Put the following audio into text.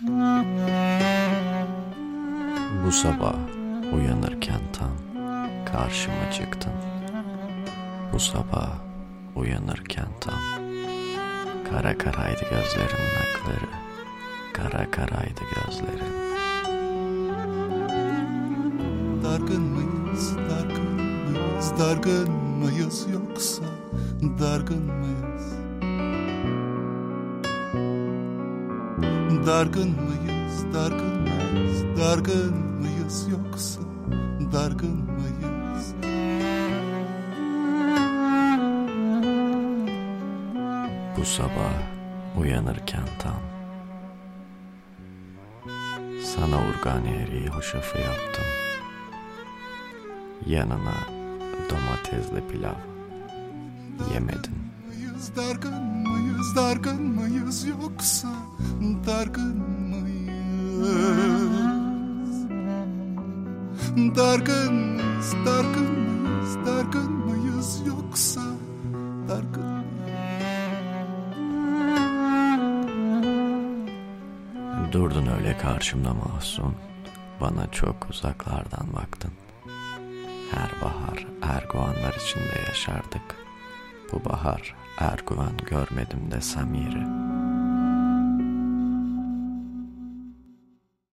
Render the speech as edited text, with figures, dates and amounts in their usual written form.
Bu sabah uyanırken tam karşıma çıktın. Bu sabah uyanırken tam kara karaydı gözlerinin akları, kara karaydı gözlerin. Dargın mıyız, dargın mıyız, dargın mıyız yoksa dargın mıyız? Dargın mıyız, dargın mıyız, dargın mıyız yoksa dargın mıyız? Bu sabah uyanırken tam sana urgan eriği hoşafı yaptım. Yanına domatesli pilav yemedin. Dargın mıyız, dargın mıyız yoksa dargın mıyız? Dargın mıyız, dargın mıyız, dargın mıyız yoksa dargın mıyız? Durdun öyle karşımda mahzun, bana çok uzaklardan baktın. Her bahar erguvanlar içinde yaşardık. Bu bahar erguvan görmedim desem yeri.